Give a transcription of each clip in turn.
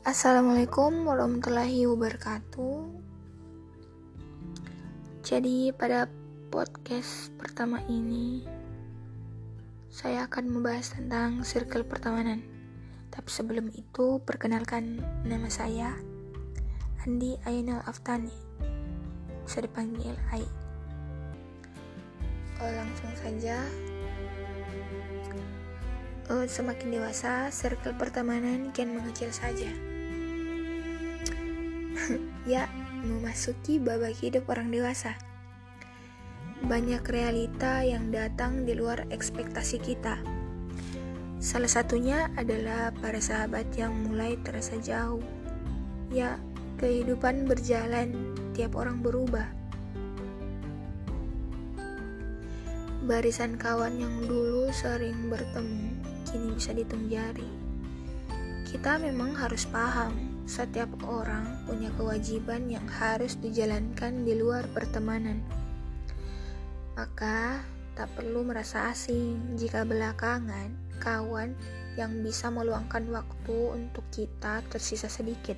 Assalamualaikum warahmatullahi wabarakatuh. Jadi pada podcast pertama ini saya akan membahas tentang circle pertemanan. Tapi sebelum itu perkenalkan, nama saya Andi Ainul Aftani, bisa dipanggil Ai. Langsung saja. Semakin dewasa, circle pertemanan kian mengecil saja. Ya, memasuki babak hidup orang dewasa. Banyak realita yang datang di luar ekspektasi kita. Salah satunya adalah para sahabat yang mulai terasa jauh. Ya, kehidupan berjalan, tiap orang berubah. Barisan kawan yang dulu sering bertemu, kini bisa dihitung jari. Kita memang harus paham, setiap orang punya kewajiban yang harus dijalankan di luar pertemanan. Maka, tak perlu merasa asing jika belakangan kawan yang bisa meluangkan waktu untuk kita tersisa sedikit.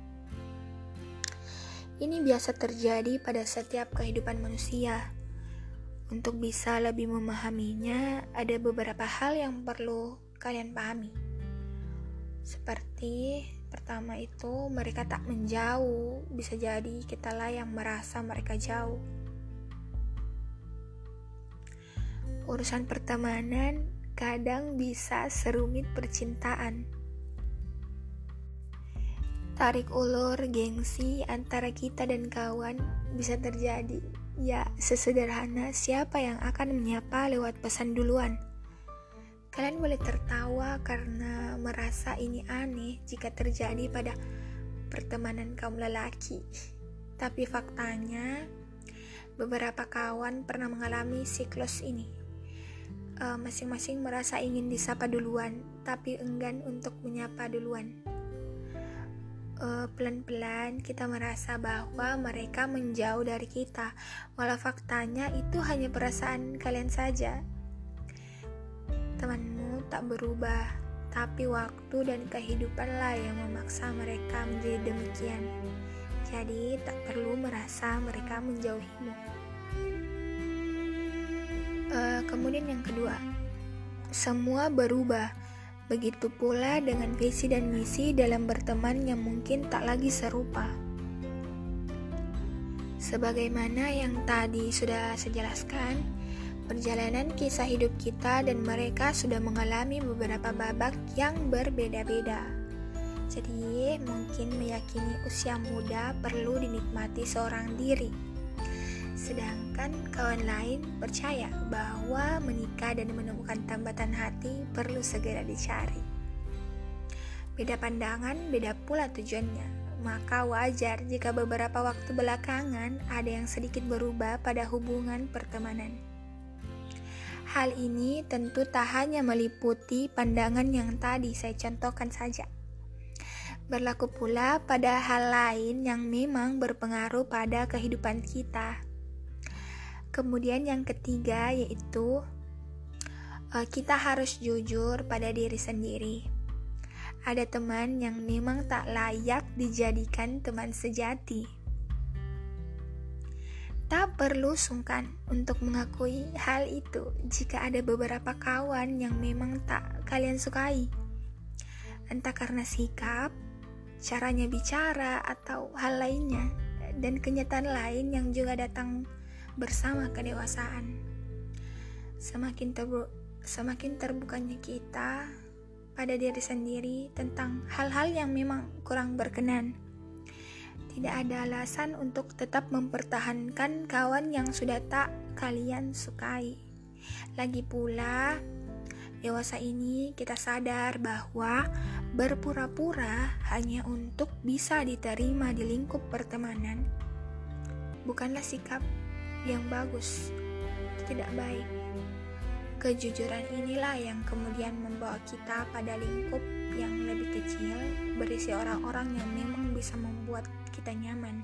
Ini biasa terjadi pada setiap kehidupan manusia. Untuk bisa lebih memahaminya, ada beberapa hal yang perlu kalian pahami. Seperti pertama itu, mereka tak menjauh. Bisa jadi kitalah yang merasa mereka jauh. Urusan pertemanan kadang bisa serumit percintaan. Tarik ulur gengsi antara kita dan kawan bisa terjadi. Ya, sesederhana siapa yang akan menyapa lewat pesan duluan. Kalian boleh tertawa karena merasa ini aneh jika terjadi pada pertemanan kaum lelaki. Tapi faktanya, beberapa kawan pernah mengalami siklus ini. Masing-masing merasa ingin disapa duluan, tapi enggan untuk menyapa duluan. Pelan-pelan kita merasa bahwa mereka menjauh dari kita, walau faktanya itu hanya perasaan kalian saja. Temanmu tak berubah, tapi waktu dan kehidupanlah yang memaksa mereka menjadi demikian. Jadi tak perlu merasa mereka menjauhimu. Kemudian yang kedua, semua berubah. Begitu pula dengan visi dan misi dalam berteman yang mungkin tak lagi serupa. Sebagaimana yang tadi sudah saya jelaskan, perjalanan kisah hidup kita dan mereka sudah mengalami beberapa babak yang berbeda-beda. Jadi, mungkin meyakini usia muda perlu dinikmati seorang diri. Sedangkan kawan lain percaya bahwa menikah dan menemukan tambatan hati perlu segera dicari. Beda pandangan, beda pula tujuannya. Maka wajar jika beberapa waktu belakangan ada yang sedikit berubah pada hubungan pertemanan. Hal ini tentu tak hanya meliputi pandangan yang tadi saya contohkan saja. Berlaku pula pada hal lain yang memang berpengaruh pada kehidupan kita. Kemudian yang ketiga yaitu kita harus jujur pada diri sendiri. Ada teman yang memang tak layak dijadikan teman sejati. Tak perlu sungkan untuk mengakui hal itu jika ada beberapa kawan yang memang tak kalian sukai. Entah karena sikap, caranya bicara, atau hal lainnya, dan kenyataan lain yang juga datang bersama kedewasaan. Semakin terbukanya kita pada diri sendiri tentang hal-hal yang memang kurang berkenan. Tidak ada alasan untuk tetap mempertahankan kawan yang sudah tak kalian sukai. Lagi pula, dewasa ini kita sadar bahwa berpura-pura hanya untuk bisa diterima di lingkup pertemanan bukanlah sikap yang bagus, tidak baik. Kejujuran inilah yang kemudian membawa kita pada lingkup yang lebih kecil, berisi orang-orang yang memang bisa membuat kita nyaman.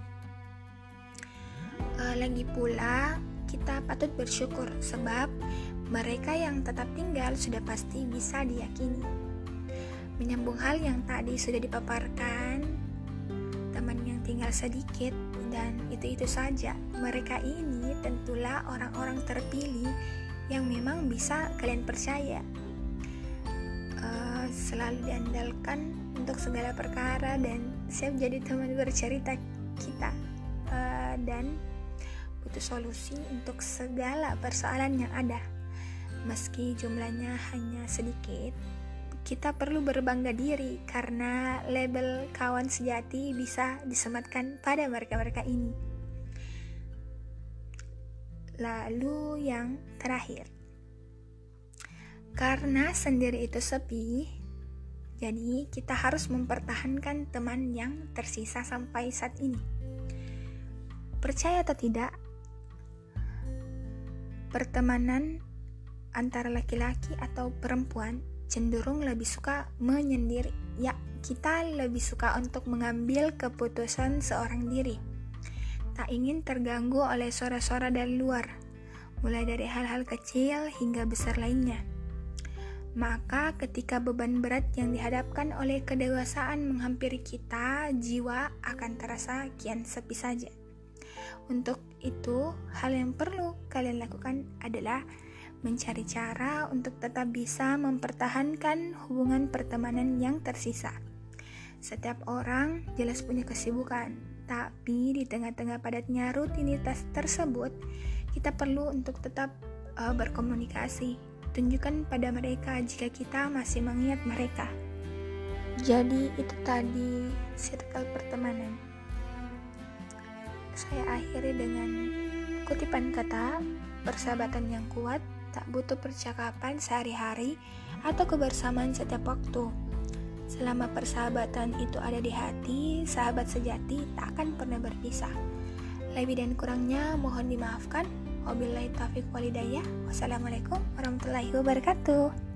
Lagi pula, kita patut bersyukur sebab mereka yang tetap tinggal sudah pasti bisa diyakini. Menyambung hal yang tadi sudah dipaparkan, teman yang tinggal sedikit dan itu saja. Mereka ini tentulah orang-orang terpilih yang memang bisa kalian percaya, selalu diandalkan untuk segala perkara dan siap jadi teman bercerita kita, dan butuh solusi untuk segala persoalan yang ada. Meski jumlahnya hanya sedikit, kita perlu berbangga diri karena label kawan sejati bisa disematkan pada mereka-mereka ini. Lalu yang terakhir, karena sendiri itu sepi, jadi kita harus mempertahankan teman yang tersisa sampai saat ini. Percaya atau tidak, pertemanan antara laki-laki atau perempuan cenderung lebih suka menyendiri. Ya, kita lebih suka untuk mengambil keputusan seorang diri. Tak ingin terganggu oleh suara-suara dari luar, mulai dari hal-hal kecil hingga besar lainnya. Maka ketika beban berat yang dihadapkan oleh kedewasaan menghampiri kita, jiwa akan terasa kian sepi saja. Untuk itu, hal yang perlu kalian lakukan adalah mencari cara untuk tetap bisa mempertahankan hubungan pertemanan yang tersisa. Setiap orang jelas punya kesibukan, tapi di tengah-tengah padatnya rutinitas tersebut, kita perlu untuk tetap berkomunikasi. Tunjukkan pada mereka jika kita masih mengingat mereka. Jadi itu tadi circle pertemanan. Saya akhiri dengan kutipan kata, persahabatan yang kuat tak butuh percakapan sehari-hari atau kebersamaan setiap waktu. Selama persahabatan itu ada di hati, sahabat sejati tak akan pernah berpisah. Lebih dan kurangnya mohon dimaafkan. Wabillahi taufiq walhidayah. Wassalamualaikum warahmatullahi wabarakatuh.